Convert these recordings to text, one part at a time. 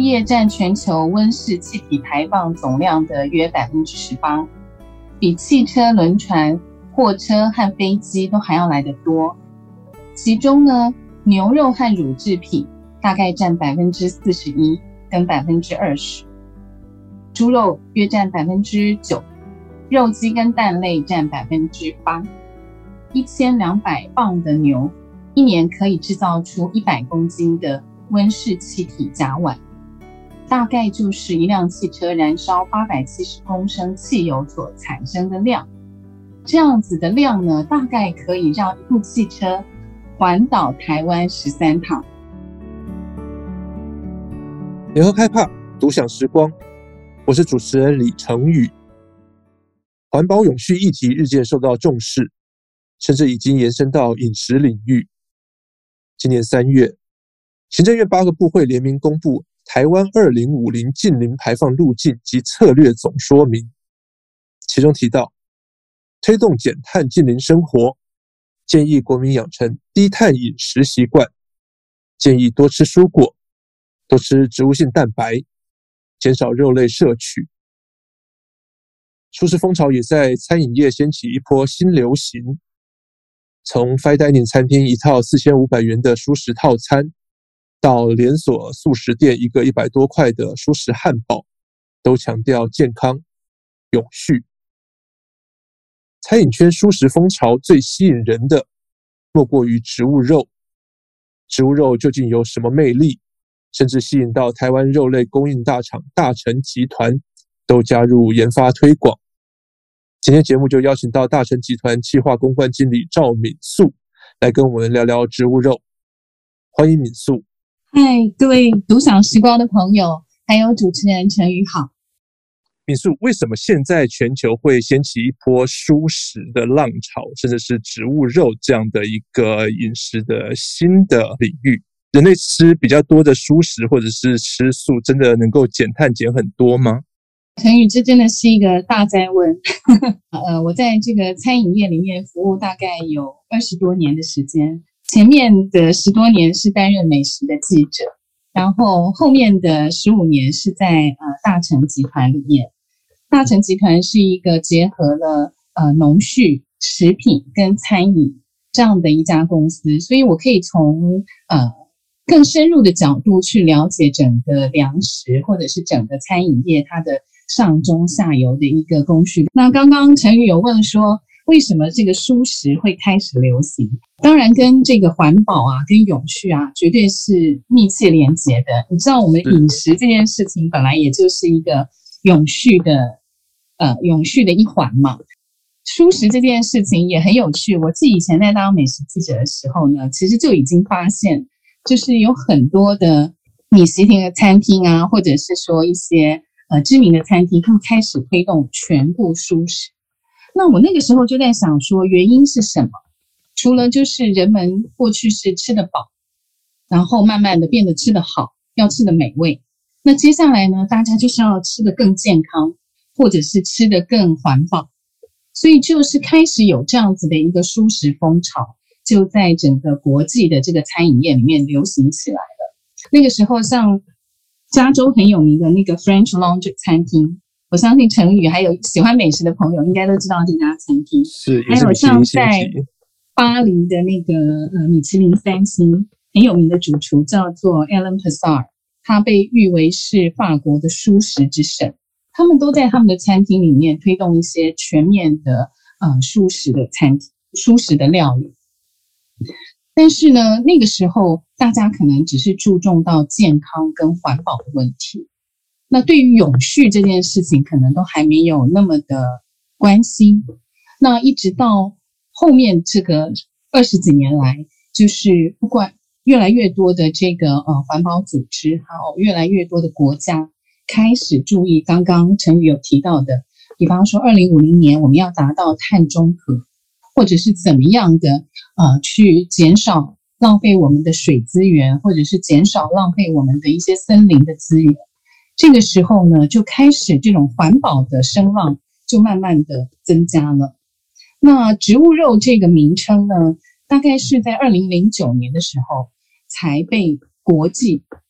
业占全球温室气体排放总量的约 18%， 比汽车、轮船、货车和飞机都还要来得多。其中呢，牛肉和乳制品大概占 41% 跟 20%， 猪肉约占 9%， 肉鸡跟蛋类占 8%。 1200磅的牛一年可以制造出100公斤的温室气体甲烷，大概就是一辆汽车燃烧870公升汽油所产生的量。这样子的量呢，大概可以让一部汽车环岛台湾13趟。 联合开帕，独享时光，我是主持人李成宇。环保永续议题日渐受到重视，甚至已经延伸到饮食领域。今年3月，行政院8个部会联名公布台湾2050净零排放路径及策略总说明，其中提到推动减碳净零生活，建议国民养成低碳饮食习惯，建议多吃蔬果，多吃植物性蛋白，减少肉类摄取。蔬食风潮也在餐饮业掀起一波新流行，从 Fine Dining 餐厅一套4500元的蔬食套餐，到连锁素食店一个100多块的蔬食汉堡，都强调健康、永续。餐饮圈蔬食风潮最吸引人的，莫过于植物肉。植物肉究竟有什么魅力？甚至吸引到台湾肉类供应大厂大成集团都加入研发推广。今天节目就邀请到大成集团企划公关经理赵敏素来跟我们聊聊植物肉。欢迎敏素。 嗨，各位独享时光的朋友，还有主持人陈宇好。 敏素，为什么现在全球会掀起一波蔬食的浪潮，甚至是植物肉这样的一个饮食的新的领域？人类吃比较多的蔬食或者是吃素，真的能够减碳减很多吗？ 陈宇，这真的是一个大哉问。我在这个餐饮业里面服务大概有20多年的时间，前面的10多年是担任美食的记者，然后后面的15年是在大成集团里面。大成集团是一个结合了农畜、食品跟餐饮这样的一家公司，所以我可以从更深入的角度去了解整个粮食或者是整个餐饮业它的上中下游的一个工序。那刚刚陈宇有问说，为什么这个蔬食会开始流行？当然跟这个环保啊，跟永续啊，绝对是密切连结的。你知道我们饮食这件事情本来也就是一个永续的一环嘛。蔬食这件事情也很有趣，我自己以前在当美食记者的时候呢，其实就已经发现，就是有很多的米其林的餐厅啊，或者是说一些知名的餐厅，他们开始推动全部蔬食。那我那个时候就在想说，原因是什么？除了就是人们过去是吃得饱，然后慢慢的变得吃得好，要吃得美味。那接下来呢，大家就是要吃得更健康，或者是吃得更环保。所以就是开始有这样子的一个蔬食风潮，就在整个国际的这个餐饮业里面流行起来了。那个时候像加州很有名的那个 French Laundry 餐厅，我相信陈宇还有喜欢美食的朋友应该都知道这家餐厅。 是， 还有像在巴黎的那个米其林3星很有名的主厨叫做 Alain Passard， 他被誉为是法国的蔬食之神。他们都在他们的餐厅里面推动一些全面的蔬食的餐厅、蔬食的料理。但是呢，那个时候大家可能只是注重到健康跟环保的问题，那对于永续这件事情可能都还没有那么的关心。那一直到后面这个20几年来，就是不管越来越多的这个环保组织，还有越来越多的国家开始注意刚刚陈宇有提到的，比方说2050年我们要达到碳中和，或者是怎么样的去减少浪费我们的水资源，或者是减少浪费我们的一些森林的资源。这个时候呢，就开始这种环保的声浪就慢慢的增加了。那植物肉这个名称呢，大概是在2009年的时候才被国际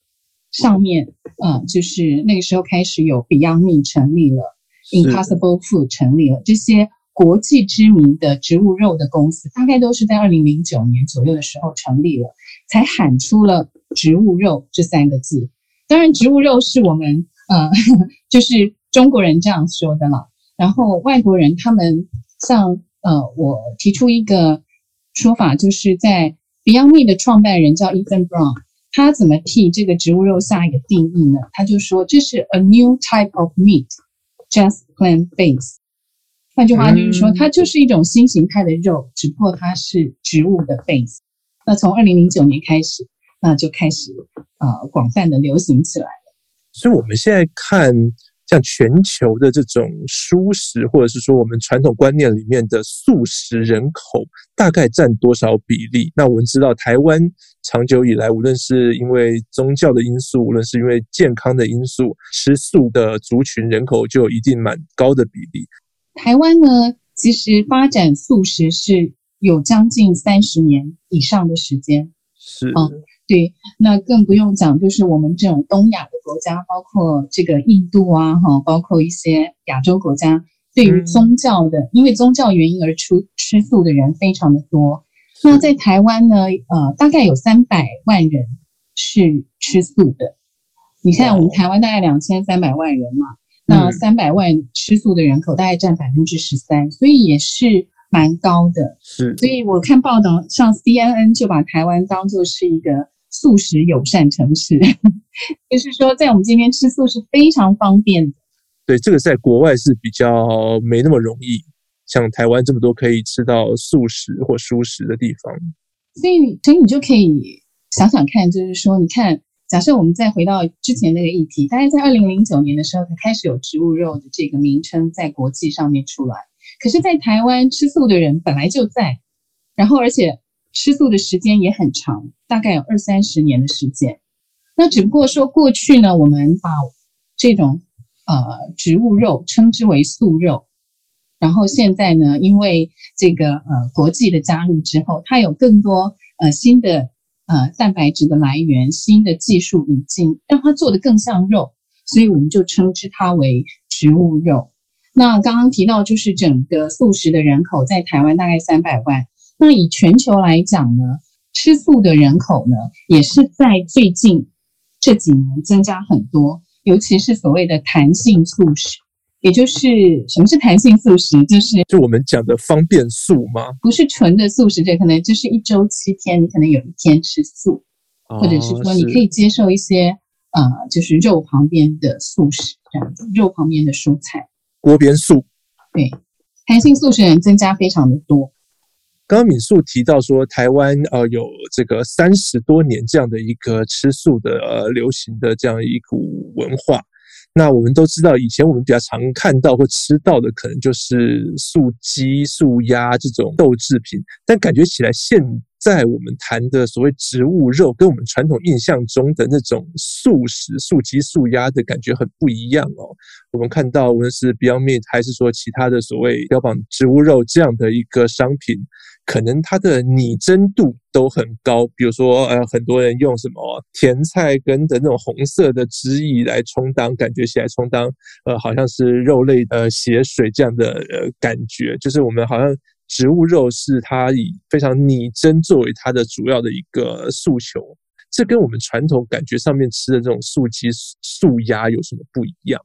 上面，就是那个时候开始有 Beyond Meat 成立了，Impossible Food 成立了，这些国际知名的植物肉的公司，大概都是在2009年左右的时候成立了，才喊出了植物肉这3个字。当然，植物肉是我们就是中国人这样说的啦。然后外国人他们像我提出一个说法，就是在 Beyond Meat 的创办人叫 Ethan Brown， 他怎么替这个植物肉下一个定义呢？他就说这是 a new type of meat, just plant-based。换句话就是说，它就是一种新形态的肉，只不过它是植物的 base。那从2009年开始，那就开始广泛的流行起来了。 所以我们现在看像全球的这种蔬食，或者是说我们传统观念里面的素食人口大概占多少比例？那我们知道台湾长久以来，无论是因为宗教的因素，无论是因为健康的因素，吃素的族群人口就有一定蛮高的比例。 台湾呢，其实发展素食是有将近30年以上的时间。 是。 对，那更不用讲，就是我们这种东亚的国家，包括这个印度啊，包括一些亚洲国家，对于宗教的，因为宗教原因而吃素的人非常的多。那在台湾呢，大概有300万人是吃素的。你看，我们台湾大概2300万人嘛，那300万吃素的人口大概占13%，所以也是蛮高的。 是， 所以我看报道，像 CNN 就把台湾当作是一个素食友善城市，就是说在我们这边吃素是非常方便的。 对，这个在国外是比较没那么容易，像台湾这么多可以吃到素食或蔬食的地方。 所以你就可以想想看，就是说你看，假设我们再回到之前那个议题，大概在2009年的时候才开始有植物肉的这个名称在国际上面出来，可是在台湾吃素的人本来就在，然后而且吃素的时间也很长，大概有20-30年的时间。那只不过说过去呢，我们把这种植物肉称之为素肉，然后现在呢，因为这个国际的加入之后，它有更多新的蛋白质的来源，新的技术引进，让它做得更像肉，所以我们就称之它为植物肉。那刚刚提到就是整个素食的人口在台湾大概300万，那以全球来讲呢，吃素的人口呢也是在最近这几年增加很多，尤其是所谓的弹性素食。也就是什么是弹性素食，就我们讲的方便素吗？ 不是纯的素食，这可能就是1周7天，你可能有1天吃素，或者是说你可以接受一些就是肉旁边的素食这样子，肉旁边的蔬菜， 锅边素。 对，弹性素食人增加非常的多。 刚刚敏素提到说，台湾有这个30多年这样的一个吃素的流行的这样一股文化。那我们都知道，以前我们比较常看到或吃到的，可能就是素鸡、素鸭这种豆制品，但感觉起来现在我们谈的所谓植物肉，跟我们传统印象中的那种素食、素鸡、素鸭的感觉很不一样哦。我们看到，无论是 Beyond Meat 还是说其他的所谓标榜植物肉这样的一个商品，可能它的拟真度都很高，比如说很多人用什么甜菜根的那种红色的汁液来充当，感觉起来充当好像是肉类血水这样的感觉，就是我们好像植物肉是它以非常拟真作为它的主要的一个诉求，这跟我们传统感觉上面吃的这种素鸡、素鸭有什么不一样？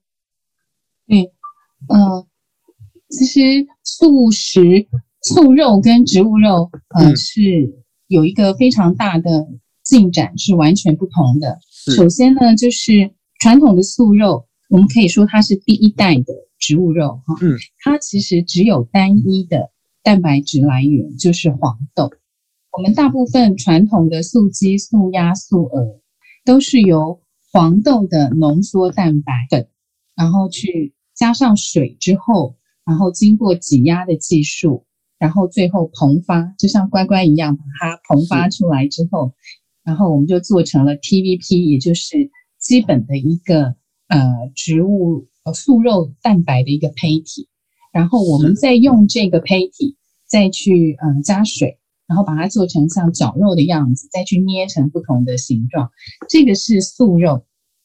其实素肉跟植物肉是有一个非常大的进展，是完全不同的。首先呢，就是传统的素肉，我们可以说它是第一代的植物肉它其实只有单一的蛋白质来源，就是黄豆。我们大部分传统的素鸡、素鸭、素鹅都是由黄豆的浓缩蛋白粉，然后去加上水之后，然后经过挤压的技术，然后最后膨发，就像乖乖一样把它膨发出来之后，然后我们就做成了 TVP， 也就是基本的一个植物素肉蛋白的一个胚体，然后我们再用这个胚体再去加水，然后把它做成像绞肉的样子，再去捏成不同的形状，这个是素肉。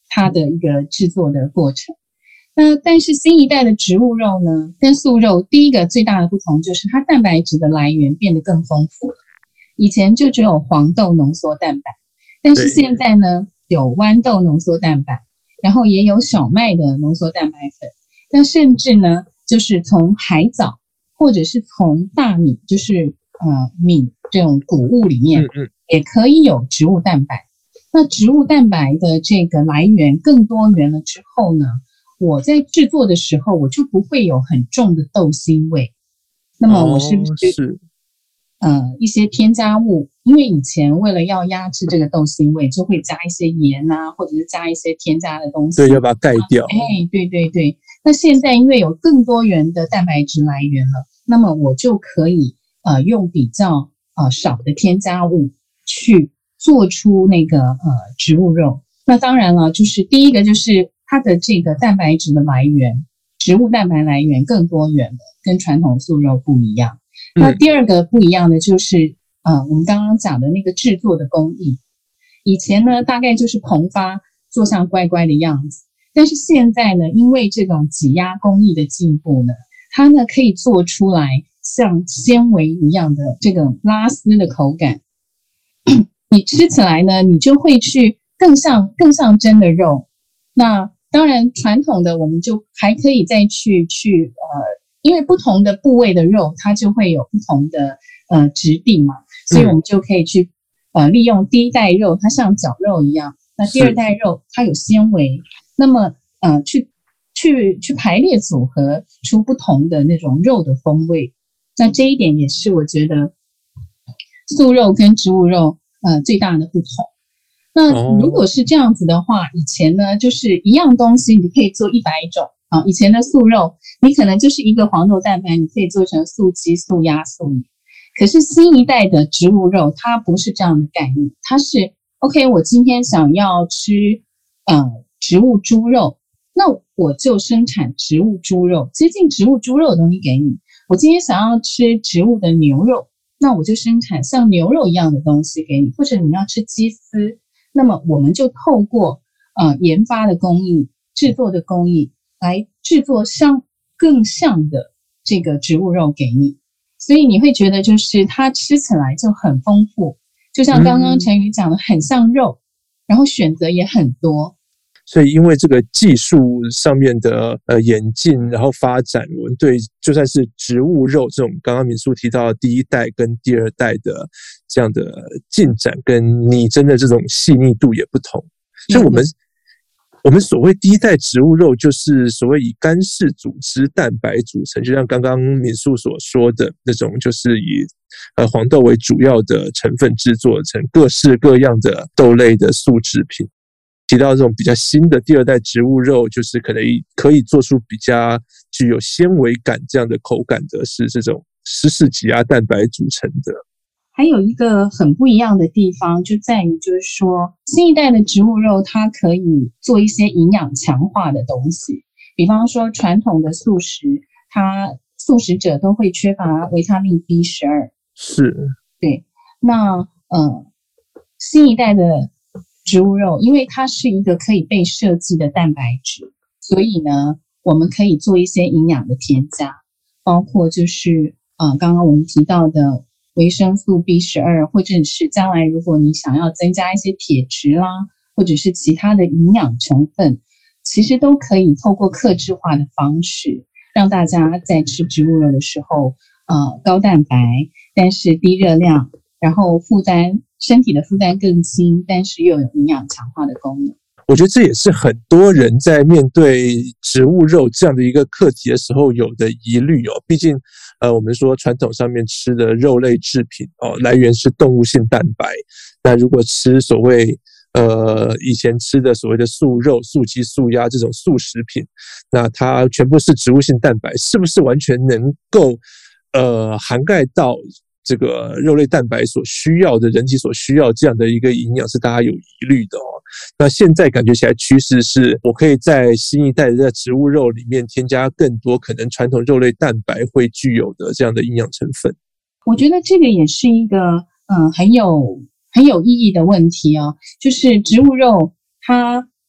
它的一个制作的过程。那但是新一代的植物肉呢，跟素肉第一个最大的不同就是它蛋白质的来源变得更丰富了。以前就只有黄豆浓缩蛋白，但是现在呢有豌豆浓缩蛋白，然后也有小麦的浓缩蛋白粉，那甚至呢就是从海藻或者是从大米，就是米这种谷物里面也可以有植物蛋白。那植物蛋白的这个来源更多元了之后呢，我在制作的时候我就不会有很重的豆腥味。那么我是不是一些添加物，因为以前为了要压制这个豆腥味，就会加一些盐啊，或者是加一些添加的东西， 对，要把它盖掉。 对对对。那现在因为有更多元的蛋白质来源了，那么我就可以用比较少的添加物去做出那个植物肉。那当然了，就是第一个就是它的这个蛋白质的来源，植物蛋白来源更多元了，跟传统素肉不一样。那第二个不一样的就是我们刚刚讲的那个制作的工艺。以前呢大概就是膨发做像乖乖的样子，但是现在呢因为这种挤压工艺的进步呢，它呢可以做出来像纤维一样的这种拉丝的口感。你吃起来呢你就会去更像真的肉。那当然传统的我们就还可以再去因为不同的部位的肉它就会有不同的质地嘛，所以我们就可以去利用第一代肉它像绞肉一样，那第二代肉它有纤维，那么去排列组合出不同的那种肉的风味。那这一点也是我觉得素肉跟植物肉最大的不同。那如果是这样子的话，以前呢就是一样东西你可以做100种以前的素肉你可能就是一个黄豆蛋白，你可以做成素鸡、素鸭、素鱼。可是新一代的植物肉它不是这样的概念，它是 OK 我今天想要吃植物猪肉，那我就生产植物猪肉，接近植物猪肉的东西给你。我今天想要吃植物的牛肉，那我就生产像牛肉一样的东西给你。或者你要吃鸡丝，那么我们就透过研发的工艺、制作的工艺来制作更像的这个植物肉给你。所以你会觉得就是它吃起来就很丰富，就像刚刚陈宇讲的很像肉，然后选择也很多。 所以因为这个技术上面的演进然后发展，我们对就算是植物肉这种刚刚民宿提到的第一代跟第二代的这样的进展跟拟真的这种细腻度也不同。所以我们所谓第一代植物肉就是所谓以干式组织蛋白组成，就像刚刚民宿所说的那种，就是以黄豆为主要的成分制作成各式各样的豆类的素制品。提到这种比较新的第二代植物肉，就是可能可以做出比较具有纤维感这样的口感的是这种湿式挤压蛋白组成的。 还有一个很不一样的地方就在于，就是说新一代的植物肉它可以做一些营养强化的东西，比方说传统的素食，素食者都会缺乏维他命 B12。 是， 对。那新一代的植物肉因为它是一个可以被设计的蛋白质，所以呢我们可以做一些营养的添加，包括就是刚刚我们提到的维生素 B12， 或者是将来如果你想要增加一些铁质啦，或者是其他的营养成分，其实都可以透过客制化的方式让大家在吃植物肉的时候高蛋白但是低热量，然后身体的负担更轻，但是又有营养强化的功能。 我觉得这也是很多人在面对植物肉这样的一个课题的时候有的疑虑哦。毕竟我们说传统上面吃的肉类制品来源是动物性蛋白，那如果吃所谓以前吃的所谓的素肉、素鸡、素鸭这种素食品，那它全部是植物性蛋白，是不是完全能够涵盖到这个肉类蛋白所需要的人体所需要这样的一个营养，是大家有疑虑的哦。那现在感觉起来趋势是我可以在新一代的植物肉里面添加更多可能传统肉类蛋白会具有的这样的营养成分。 我觉得这个也是一个很有意义的问题哦。就是植物肉它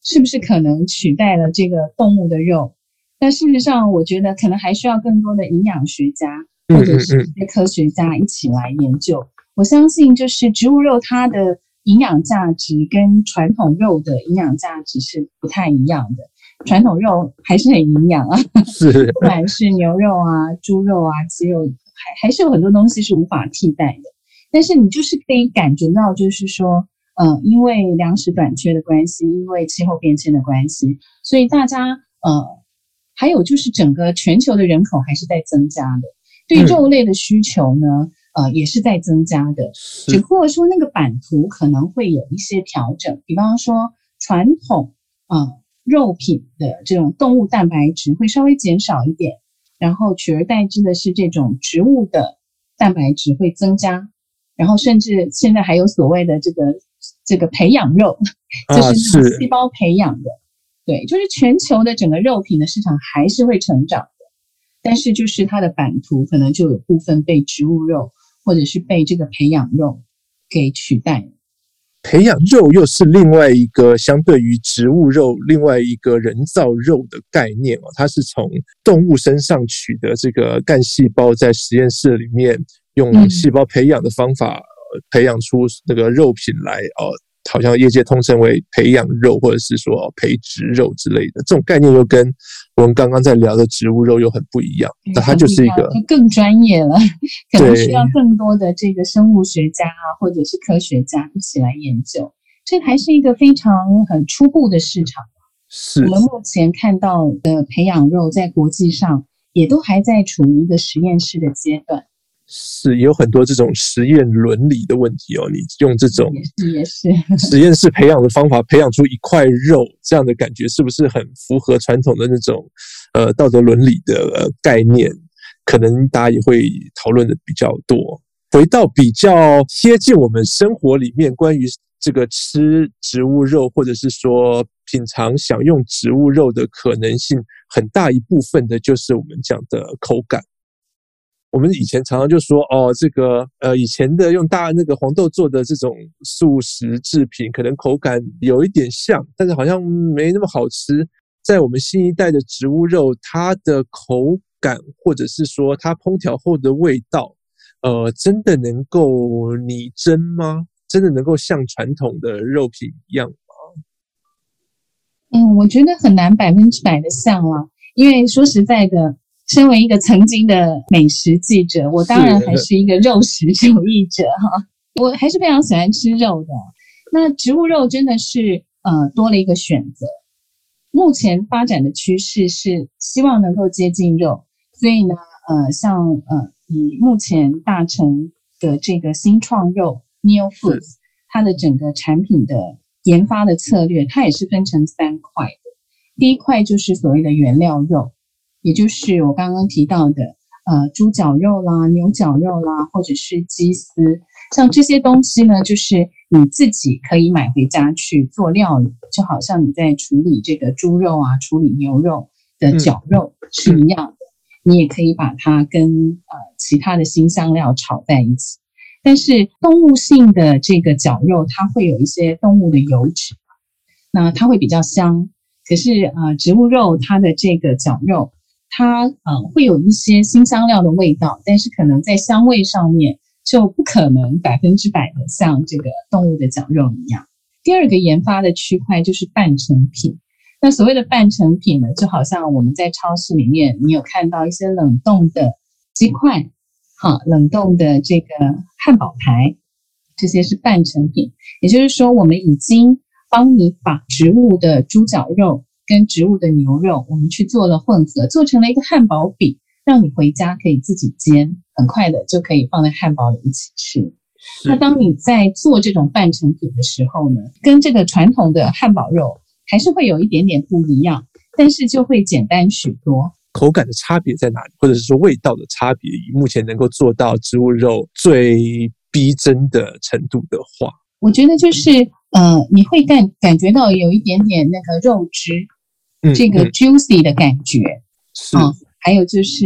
是不是可能取代了这个动物的肉？但事实上，我觉得可能还需要更多的营养学家或者是一些科学家一起来研究。我相信，就是植物肉它的营养价值跟传统肉的营养价值是不太一样的。传统肉还是很营养啊， 是， 不管是牛肉啊、猪肉啊、鸡肉，还是有很多东西是无法替代的。但是你就是可以感觉到，就是说，因为粮食短缺的关系，因为气候变迁的关系，所以大家还有就是整个全球的人口还是在增加的，对肉类的需求呢，也是在增加的，只不过说那个版图可能会有一些调整，比方说传统肉品的这种动物蛋白质会稍微减少一点，然后取而代之的是这种植物的蛋白质会增加，然后甚至现在还有所谓的这个培养肉，就是那种细胞培养的。对，就是全球的整个肉品的市场还是会成长的，但是就是它的版图可能就有部分被植物肉或者是被这个培养肉给取代。 培养肉又是另外一个相对于植物肉另外一个人造肉的概念哦，它是从动物身上取得这个干细胞，在实验室里面用细胞培养的方法培养出那个肉品来好像业界通称为培养肉或者是说培植肉之类的，这种概念又跟我们刚刚在聊的植物肉又很不一样，那它就是一个就更专业了，可能需要更多的这个生物学家或者是科学家一起来研究，这还是一个非常很初步的市场。 是我们目前看到的培养肉在国际上也都还在处于一个实验室的阶段。 是，也有很多这种实验伦理的问题哦。你用这种也是实验室培养的方法培养出一块肉，这样的感觉是不是很符合传统的那种道德伦理的概念？可能大家也会讨论的比较多。回到比较贴近我们生活里面，关于这个吃植物肉或者是说品尝享用植物肉的可能性，很大一部分的就是我们讲的口感。我们以前常常就说这个以前的用那个黄豆做的这种素食制品可能口感有一点像，但是好像没那么好吃。在我们新一代的植物肉，它的口感或者是说它烹调后的味道真的能够拟真吗？真的能够像传统的肉品一样吗？ 我觉得很难100%的像啦，因为说实在的，身为一个曾经的美食记者，我当然还是一个肉食主义者哈，我还是非常喜欢吃肉的。那植物肉真的是多了一个选择，目前发展的趋势是希望能够接近肉，所以呢像以目前大成的这个新创肉 Neo Foods， 它的整个产品的研发的策略，它也是分成3块的。第一块就是所谓的原料肉，也就是我刚刚提到的猪脚肉啦、牛脚肉啦，或者是鸡丝，像这些东西呢，就是你自己可以买回家去做料理，就好像你在处理这个猪肉啊、处理牛肉的绞肉是一样的，你也可以把它跟其他的辛香料炒在一起。但是动物性的这个绞肉，它会有一些动物的油脂，那它会比较香。可是植物肉它的这个绞肉，它会有一些辛香料的味道，但是可能在香味上面就不可能100%的像这个动物的绞肉一样。第二个研发的区块就是半成品。那所谓的半成品呢，就好像我们在超市里面，你有看到一些冷冻的鸡块，冷冻的这个汉堡排，这些是半成品。也就是说，我们已经帮你把植物的猪脚肉跟植物的牛肉，我们去做了混合，做成了一个汉堡饼，让你回家可以自己煎，很快的就可以放在汉堡里一起吃。那当你在做这种半成品的时候呢，跟这个传统的汉堡肉还是会有一点点不一样，但是就会简单许多。 口感的差别在哪里？或者是说味道的差别，以目前能够做到植物肉最逼真的程度的话， 我觉得就是你会感觉到有一点点那个肉汁，这个 juicy 的感觉， 是还有就是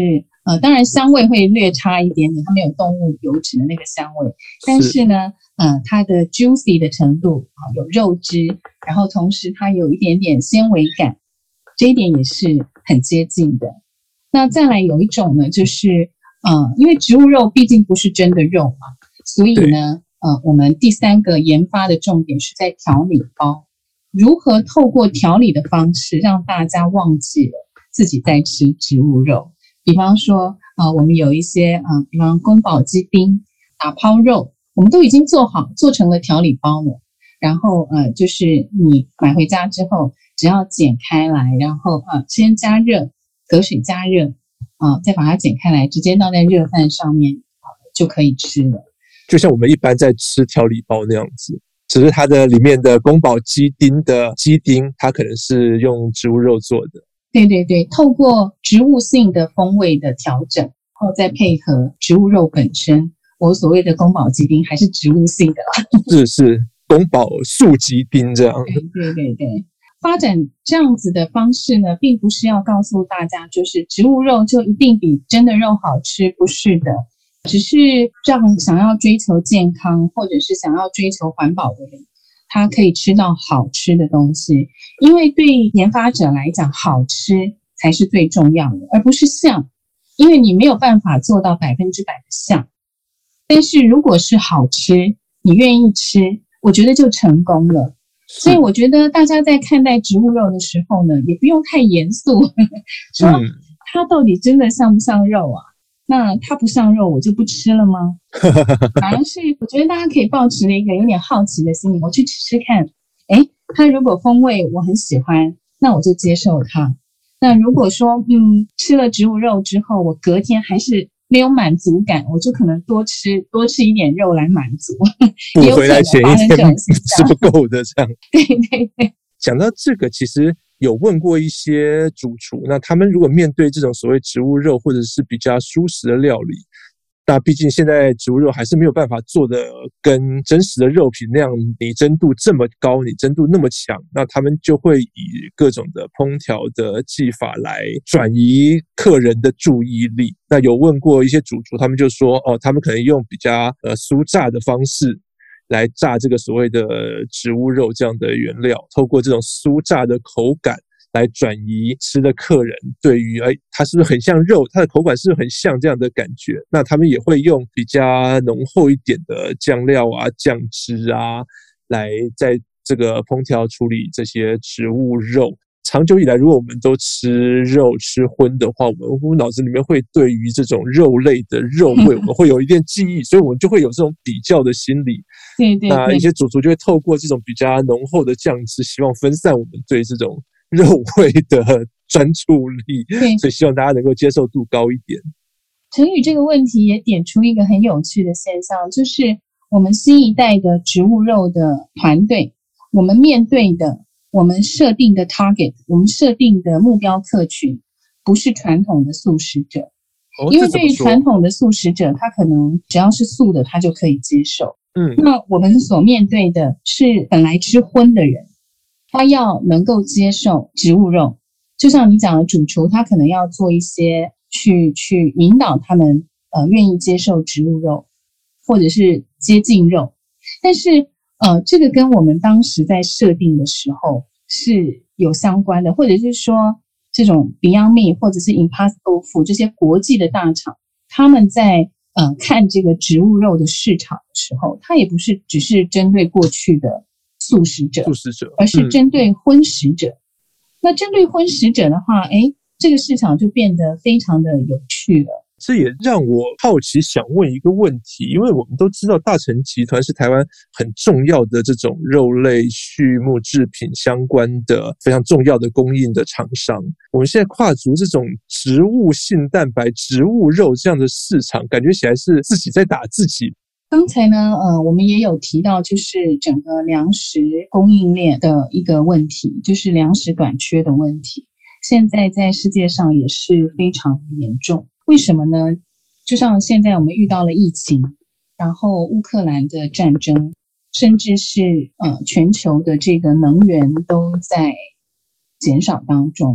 当然香味会略差一点点，它没有动物油脂的那个香味，但是呢，它的 juicy 的程度有肉汁，然后同时它有一点点纤维感，这一点也是很接近的。那再来有一种呢，就是因为植物肉毕竟不是真的肉嘛，所以呢，我们第3个研发的重点是在调理包，如何透过调理的方式让大家忘记了自己在吃植物肉。比方说我们有一些比方宫保鸡丁、打抛肉，我们都已经做成了调理包了，然后就是你买回家之后只要剪开来，然后先加热，隔水加热再把它剪开来，直接倒在热饭上面就可以吃了。 就像我们一般在吃调理包那样子，只是它的里面的宫保鸡丁的鸡丁，它可能是用植物肉做的。 对对对，透过植物性的风味的调整，然后再配合植物肉本身，我所谓的宫保鸡丁还是植物性的啦。 是宫保素鸡丁这样。 对对对，发展这样子的方式呢，并不是要告诉大家就是植物肉就一定比真的肉好吃，不是的，只是让想要追求健康或者是想要追求环保的人，他可以吃到好吃的东西，因为对研发者来讲，好吃才是最重要的，而不是像，因为你没有办法做到100%的像，但是如果是好吃，你愿意吃，我觉得就成功了。所以我觉得大家在看待植物肉的时候呢，也不用太严肃，说它到底真的像不像肉啊？那它不像肉，我就不吃了吗？反而是我觉得大家可以抱持了一个有点好奇的心理，我去吃吃看，它如果风味我很喜欢，那我就接受它。那如果说吃了植物肉之后，我隔天还是没有满足感，我就可能多吃一点肉来满足， 补回来前一天是不够的这样。 对对对。 讲到这个，其实有问过一些主厨，那他们如果面对这种所谓植物肉或者是比较蔬食的料理，那毕竟现在植物肉还是没有办法做的跟真实的肉品那样拟真度这么高，拟真度那么强，那他们就会以各种的烹调的技法来转移客人的注意力。那有问过一些主厨，他们就说他们可能用比较酥炸的方式来炸这个所谓的植物肉这样的原料，透过这种酥炸的口感来转移吃的客人对于它是不是很像肉，它的口感是不是很像这样的感觉。那他们也会用比较浓厚一点的酱料啊、酱汁啊，来在这个烹调处理这些植物肉。长久以来，如果我们都吃肉吃荤的话，我们脑子里面会对于这种肉类的肉味，我们会有一点记忆，所以我们就会有这种比较的心理。 对对对， 那一些主厨就会透过这种比较浓厚的酱汁，希望分散我们对这种肉味的专注力，所以希望大家能够接受度高一点。 成宇这个问题也点出一个很有趣的现象，就是我们新一代的植物肉的团队，我们面对的我们设定的 target， 我们设定的目标客群不是传统的素食者，因为对于传统的素食者，他可能只要是素的他就可以接受。那我们所面对的是本来吃荤的人，他要能够接受植物肉，就像你讲的主厨，他可能要做一些去引导他们愿意接受植物肉，或者是接近肉，但是这个跟我们当时在设定的时候是有相关的，或者是说这种 Beyond Meat 或者是 Impossible Food 这些国际的大厂，他们在看这个植物肉的市场的时候，它也不是只是针对过去的素食者，而是针对荤食者。那针对荤食者的话，这个市场就变得非常的有趣了。 这也让我好奇想问一个问题，因为我们都知道大成集团是台湾很重要的这种肉类畜牧制品相关的非常重要的供应的厂商，我们现在跨足这种植物性蛋白、植物肉这样的市场，感觉起来是自己在打自己。 刚才呢，我们也有提到，就是整个粮食供应链的一个问题，就是粮食短缺的问题，现在在世界上也是非常严重。为什么呢？就像现在我们遇到了疫情，然后乌克兰的战争，甚至是全球的这个能源都在减少当中。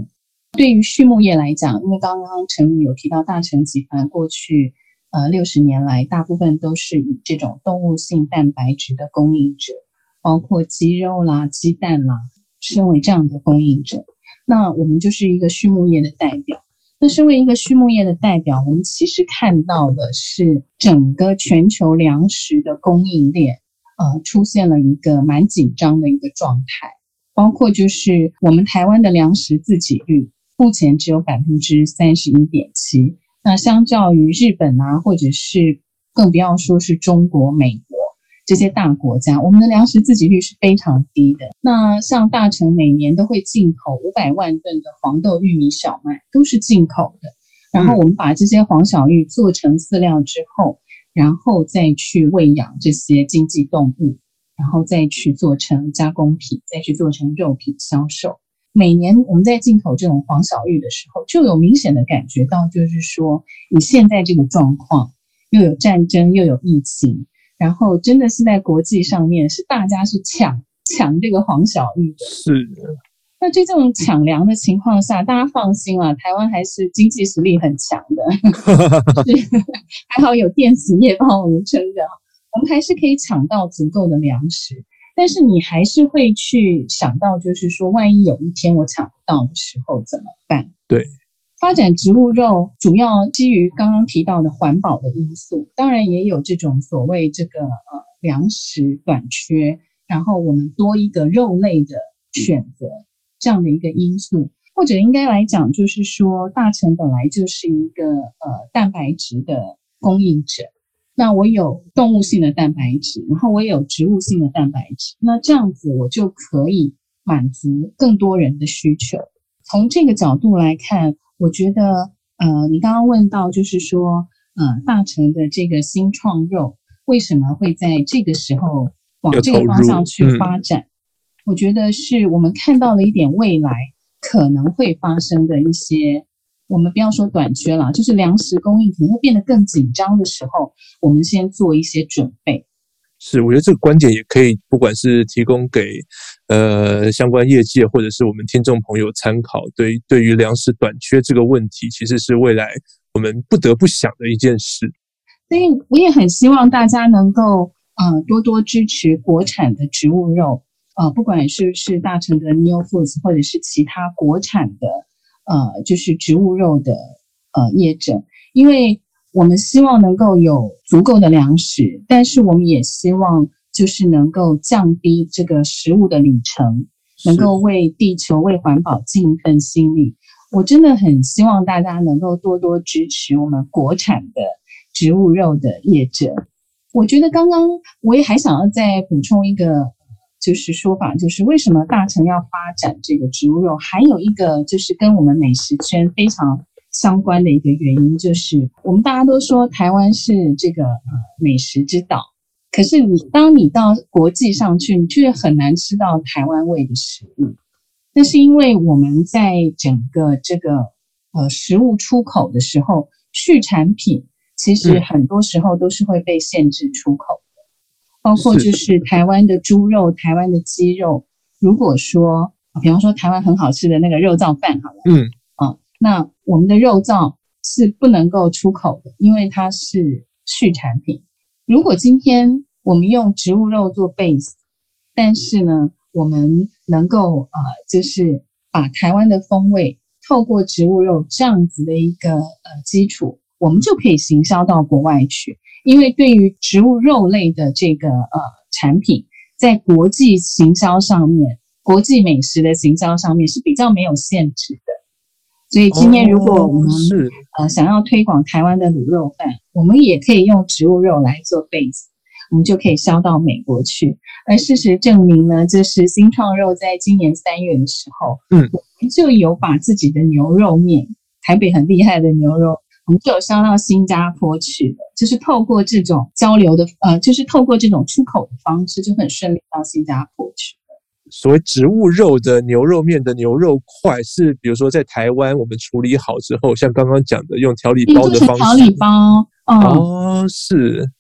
对于畜牧业来讲，因为刚刚陈宇有提到大成集团过去60年来大部分都是以这种动物性蛋白质的供应者，包括鸡肉啦、鸡蛋啦，身为这样的供应者，那我们就是一个畜牧业的代表。那身为一个畜牧业的代表，我们其实看到的是整个全球粮食的供应链出现了一个蛮紧张的一个状态，包括就是我们台湾的粮食自给率目前只有 31.7%， 那相较于日本啊，或者是更不要说是中国、美国这些大国家，我们的粮食自给率是非常低的。那像大成每年都会进口500万吨的黄豆、玉米、小麦，都是进口的。然后我们把这些黄小玉做成饲料之后，然后再去喂养这些经济动物，然后再去做成加工品，再去做成肉品销售。每年我们在进口这种黄小玉的时候，就有明显的感觉到，就是说你现在这个状况，又有战争，又有疫情，然后真的是在国际上面是大家是抢这个黄小玉的。 是。 那这种抢粮的情况下，大家放心啦，台湾还是经济实力很强的，还好有电子业帮我们撑着，我们还是可以抢到足够的粮食。但是你还是会去想到，就是说万一有一天我抢不到的时候怎么办？ 对， 发展植物肉主要基于刚刚提到的环保的因素，当然也有这种所谓这个粮食短缺，然后我们多一个肉类的选择这样的一个因素，或者应该来讲就是说大成本来就是一个蛋白质的供应者，那我有动物性的蛋白质，然后我也有植物性的蛋白质，那这样子我就可以满足更多人的需求。从这个角度来看，我觉得你刚刚问到就是说大成的这个新创肉为什么会在这个时候往这个方向去发展，我觉得是我们看到了一点未来可能会发生的一些，我们不要说短缺啦，就是粮食供应可能会变得更紧张的时候，我们先做一些准备。 是，我觉得这个观点也可以，不管是提供给相关业界，或者是我们听众朋友参考。对于粮食短缺这个问题，其实是未来我们不得不想的一件事。 所以我也很希望大家能够多多支持国产的植物肉，不管是大成的 Neo Foods 或者是其他国产的就是植物肉的业者，因为我们希望能够有足够的粮食，但是我们也希望就是能够降低这个食物的里程，能够为地球为环保尽一份心力。我真的很希望大家能够多多支持我们国产的植物肉的业者。我觉得刚刚我也还想要再补充一个就是说法，就是为什么大成要发展这个植物肉，还有一个就是跟我们美食圈非常相关的一个原因，就是我们大家都说台湾是这个美食之岛，可是当你到国际上去，你却很难吃到台湾味的食物。那是因为我们在整个这个食物出口的时候，畜产品其实很多时候都是会被限制出口的，包括就是台湾的猪肉、台湾的鸡肉。如果说比方说台湾很好吃的那个肉燥饭好了，那我们的肉燥是不能够出口的，因为它是畜产品。如果今天我们用植物肉做 base， 但是呢我们能够就是把台湾的风味透过植物肉这样子的一个基础，我们就可以行销到国外去。因为对于植物肉类的这个产品，在国际行销上面，国际美食的行销上面是比较没有限制的。所以今天如果我们想要推广台湾的卤肉饭，我们也可以用植物肉来做 base， 我们就可以销到美国去。而事实证明呢，就是新创肉在今年3月的时候，我们就有把自己的牛肉面，台北很厉害的牛肉，我们就有销到新加坡去了，就是透过这种交流的就是透过这种出口的方式，就很顺利到新加坡去。 所谓植物肉的牛肉面的牛肉块，是比如说在台湾我们处理好之后，像刚刚讲的用调理包的方式， 调理包， 是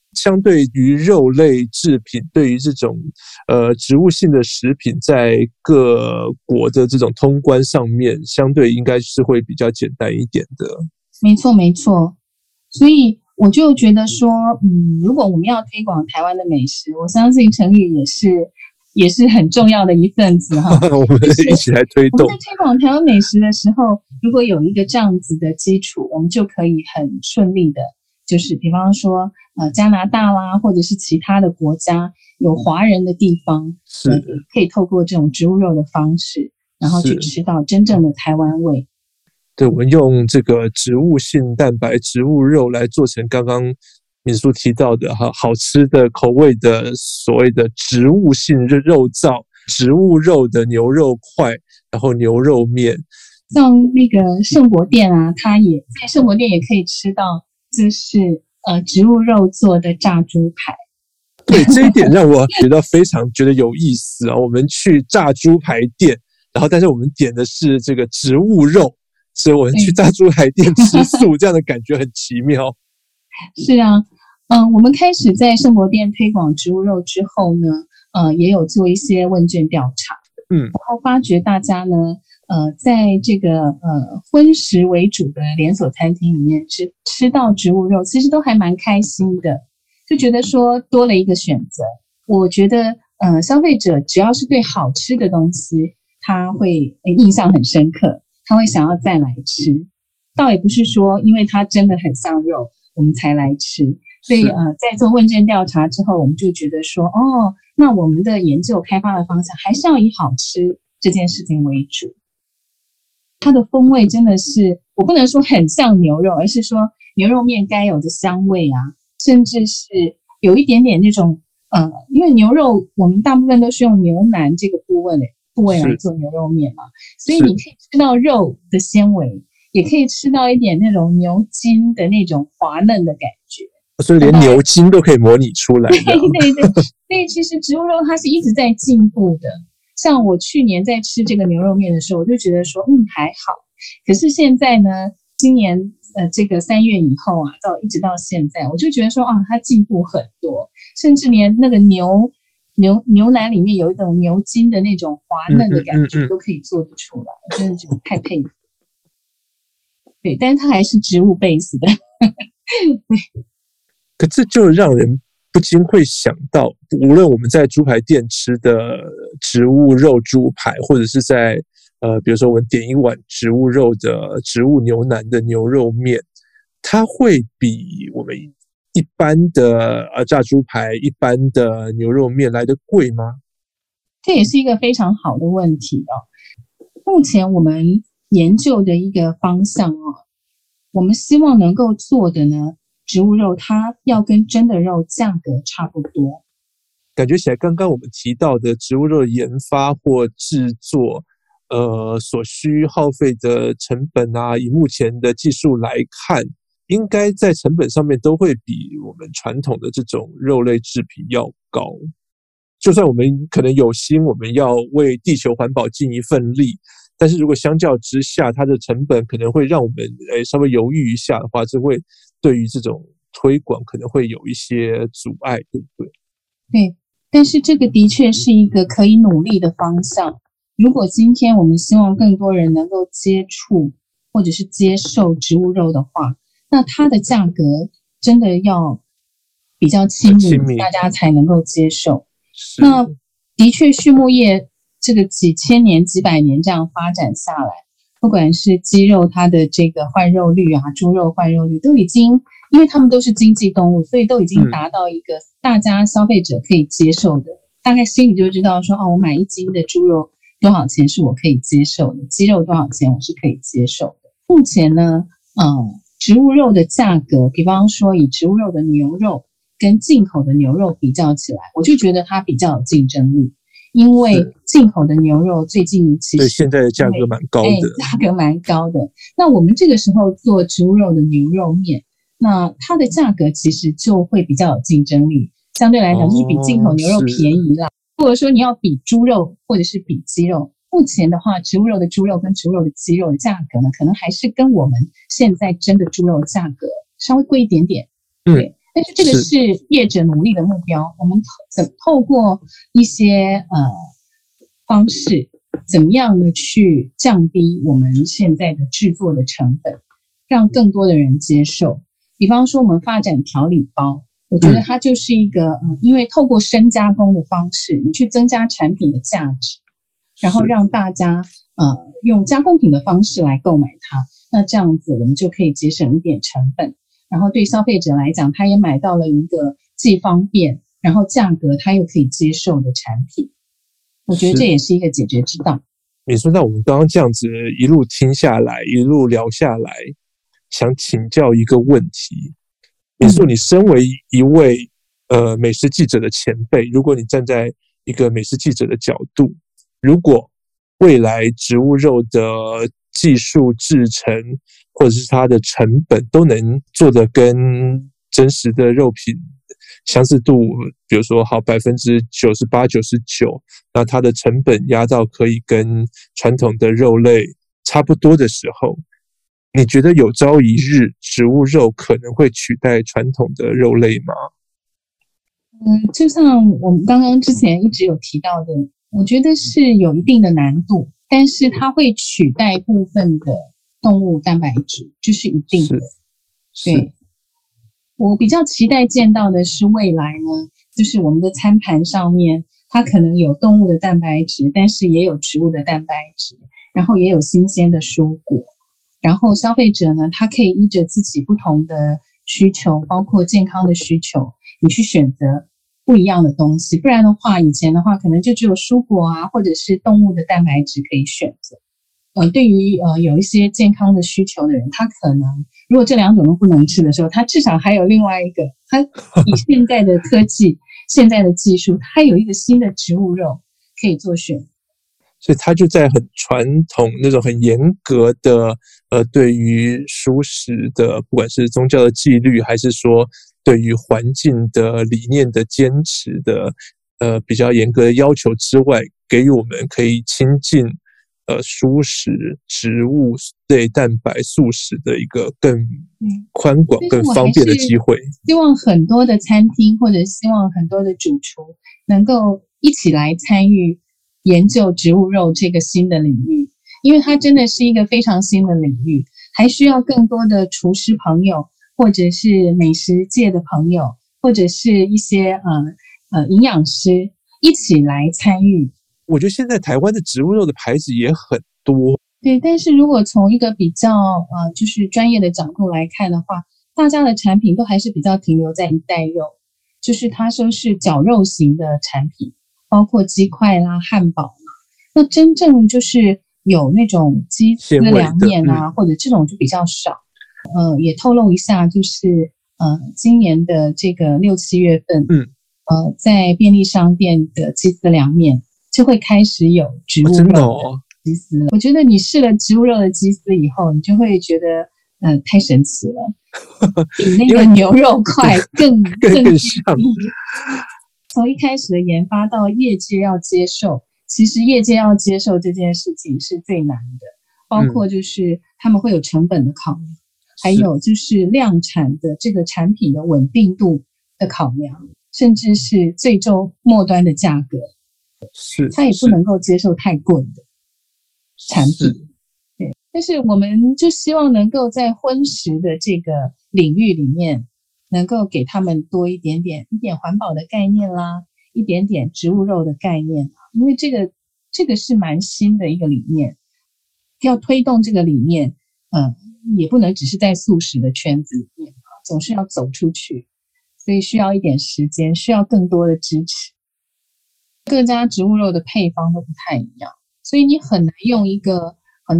相对于肉类制品，对于这种植物性的食品，在各国的这种通关上面，相对应该是会比较简单一点的。 没错，没错。所以我就觉得说，如果我们要推广台湾的美食，我相信成宇也是很重要的一份子哈。 我们一起来推动。 我们在推广台湾美食的时候，如果有一个这样子的基础，我们就可以很顺利的，就是比方说加拿大啦，或者是其他的国家有华人的地方，可以透过这种植物肉的方式，然后去吃到真正的台湾味。 对，我们用这个植物性蛋白、植物肉来做成刚刚民宿提到的好吃的口味的所谓的植物性肉燥、植物肉的牛肉块，然后牛肉面。 像那个圣博店啊，它也在圣博店也可以吃到，就是植物肉做的炸猪排。 对，这一点让我非常觉得有意思啊！我们去炸猪排店，然后但是我们点的是这个植物肉。所以我们去炸猪排店吃素，这样的感觉很奇妙。 是啊，我们开始在圣博店推广植物肉之后呢，也有做一些问卷调查，然后发觉大家呢，在这个荤食为主的连锁餐厅里面吃到植物肉，其实都还蛮开心的，就觉得说多了一个选择。我觉得消费者只要是对好吃的东西，他会印象很深刻。他会想要再来吃，倒也不是说因为它真的很像肉我们才来吃。所以在做问卷调查之后，我们就觉得说，那我们的研究开发的方向还是要以好吃这件事情为主。它的风味真的是，我不能说很像牛肉，而是说牛肉面该有的香味啊，甚至是有一点点那种因为牛肉我们大部分都是用牛腩这个部位来做牛肉面嘛，所以你可以吃到肉的纤维，也可以吃到一点那种牛筋的那种滑嫩的感觉， 所以连牛筋都可以模拟出来。 对对对，所以其实植物肉它是一直在进步的。像我去年在吃这个牛肉面的时候，我就觉得说还好，可是现在呢，今年这个3月以后啊，一直到现在，我就觉得说它进步很多，甚至连那个牛腩里面有一种牛筋的那种滑嫩的感觉都可以做得出来，我真的觉得太佩服。对，但是它还是植物 base 的。 可这就让人不禁会想到，无论我们在猪排店吃的植物肉猪排，或者是在比如说我们点一碗植物肉的植物牛腩的牛肉面，它会比我们一般的炸猪排、一般的牛肉面来得贵吗？ 这也是一个非常好的问题哦。目前我们研究的一个方向我们希望能够做的呢，植物肉它要跟真的肉价格差不多。 感觉起来刚刚我们提到的植物肉研发或制作所需耗费的成本啊，以目前的技术来看，应该在成本上面都会比我们传统的这种肉类制品要高。就算我们可能有心，我们要为地球环保尽一份力，但是如果相较之下，它的成本可能会让我们稍微犹豫一下的话，这会对于这种推广可能会有一些阻碍，对不对？ 对，但是这个的确是一个可以努力的方向。如果今天我们希望更多人能够接触或者是接受植物肉的话，那它的价格真的要比较亲民，大家才能够接受。那的确畜牧业这个几千年几百年这样发展下来，不管是鸡肉它的这个换肉率啊，猪肉换肉率都已经，因为它们都是经济动物，所以都已经达到一个大家消费者可以接受的，大概心里就知道说我买1斤的猪肉多少钱是我可以接受的，鸡肉多少钱我是可以接受的。目前呢植物肉的价格，比方说以植物肉的牛肉跟进口的牛肉比较起来，我就觉得它比较有竞争力，因为进口的牛肉最近其实对现在的价格蛮高的， 价格蛮高的。那我们这个时候做植物肉的牛肉面，那它的价格其实就会比较有竞争力，相对来讲就是比进口牛肉便宜啦。或者说你要比猪肉或者是比鸡肉，目前的话植物肉的猪肉跟植物肉的鸡肉的价格呢，可能还是跟我们现在真的猪肉价格稍微贵一点点。对， 但是这个是业者努力的目标。我们透过一些方式，怎么样的去降低我们现在的制作的成本，让更多的人接受。比方说我们发展调理包，我觉得它就是一个因为透过深加工的方式，你去增加产品的价值，然后让大家用加工品的方式来购买它，那这样子我们就可以节省一点成本，然后对消费者来讲，他也买到了一个既方便，然后价格他又可以接受的产品。我觉得这也是一个解决之道。 你说，那我们刚刚这样子一路听下来，一路聊下来，想请教一个问题。你说你身为一位美食记者的前辈，如果你站在一个美食记者的角度，如果未来植物肉的技术制成或者是它的成本都能做得跟真实的肉品相似度，比如说好98%、99%，那它的成本压到可以跟传统的肉类差不多的时候，你觉得有朝一日植物肉可能会取代传统的肉类吗？ 就像我们刚刚之前一直有提到的，我觉得是有一定的难度，但是它会取代部分的动物蛋白质，这是一定的。对，我比较期待见到的是未来呢，就是我们的餐盘上面，它可能有动物的蛋白质，但是也有植物的蛋白质，然后也有新鲜的蔬果，然后消费者呢，他可以依着自己不同的需求，包括健康的需求，你去选择不一样的东西。不然的话，以前的话可能就只有蔬果啊，或者是动物的蛋白质可以选择。对于有一些健康的需求的人，他可能如果这两种都不能吃的时候，他至少还有另外一个，他以现在的科技、现在的技术，他还有一个新的植物肉可以做选择。 所以他就在很传统那种很严格的对于蔬食的，不管是宗教的纪律，还是说对于环境的理念的坚持的比较严格的要求之外，给予我们可以亲近蔬食、植物类、蛋白、素食的一个更宽广、更方便的机会。 希望很多的餐厅或者希望很多的主厨能够一起来参与研究植物肉这个新的领域，因为它真的是一个非常新的领域，还需要更多的厨师朋友，或者是美食界的朋友，或者是一些营养师一起来参与。 我觉得现在台湾的植物肉的牌子也很多， 对，但是如果从一个比较就是专业的角度来看的话，大家的产品都还是比较停留在一袋肉，就是它说是绞肉型的产品，包括鸡块啦、汉堡啦。那真正就是有那种鸡丝凉面啊，或者这种就比较少。也透露一下，就是今年的这个6、7月份，在便利商店的鸡丝凉面就会开始有植物肉的鸡丝。我觉得你试了植物肉的鸡丝以后，你就会觉得太神奇了，比那个牛肉块更像。 从一开始的研发到业界要接受，其实业界要接受这件事情是最难的，包括就是他们会有成本的考量，还有就是量产的这个产品的稳定度的考量，甚至是最终末端的价格。他也不能够接受太贵的产品。对，但是我们就希望能够在荤食的这个领域里面，能够给他们多一点环保的概念啦，一点点植物肉的概念，因为这个是蛮新的一个理念，要推动这个理念，也不能只是在素食的圈子里面，总是要走出去，所以需要一点时间，需要更多的支持。各家植物肉的配方都不太一样，所以你很难用一个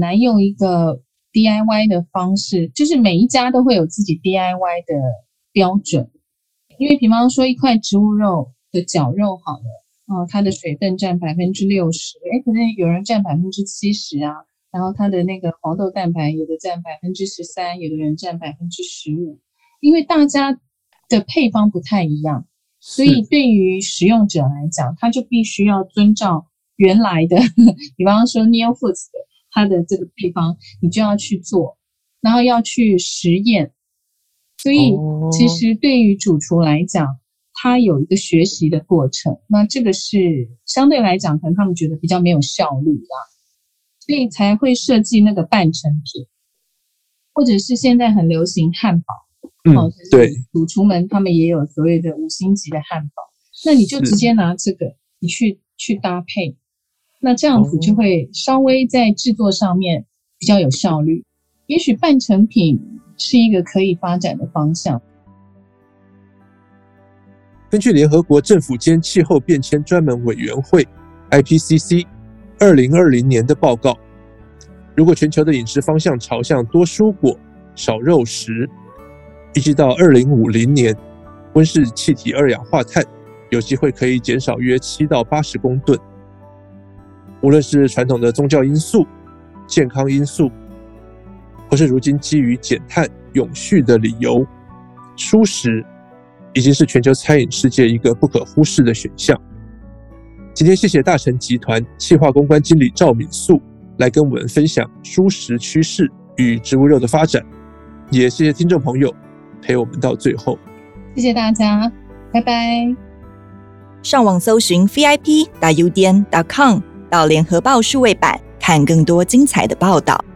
DIY 的方式，就是每一家都会有自己 DIY 的标准。因为比方说一块植物肉的绞肉好了，它的水分占60%，可能有人占70%啊，然后它的那个黄豆蛋白有的占13%，有的人占15%，因为大家的配方不太一样。所以对于使用者来讲，他就必须要遵照原来的比方说 Neo Foods 的它的这个配方，你就要去做，然后要去实验， 所以其实对于主厨来讲，他有一个学习的过程，那这个是相对来讲可能他们觉得比较没有效率啦，所以才会设计那个半成品，或者是现在很流行汉堡， 对， 主厨们他们也有所谓的5星级的汉堡，那你就直接拿这个你去搭配，那这样子就会稍微在制作上面比较有效率，也许半成品是一个可以发展的方向。 根据联合国政府间气候变迁专门委员会 IPCC 2020年的报告，如果全球的饮食方向朝向多蔬果少肉食，预计到2050年，温室气体二氧化碳有机会可以减少约7到80公吨。无论是传统的宗教因素、健康因素，或是如今基于减碳永续的理由，蔬食已经是全球餐饮世界一个不可忽视的选项。今天谢谢大成集团企划公关经理赵敏素来跟我们分享蔬食趋势与植物肉的发展，也谢谢听众朋友陪我们到最后。 谢谢大家，拜拜。 上网搜寻 VIP.udn.com 到联合报数位版看更多精彩的报道。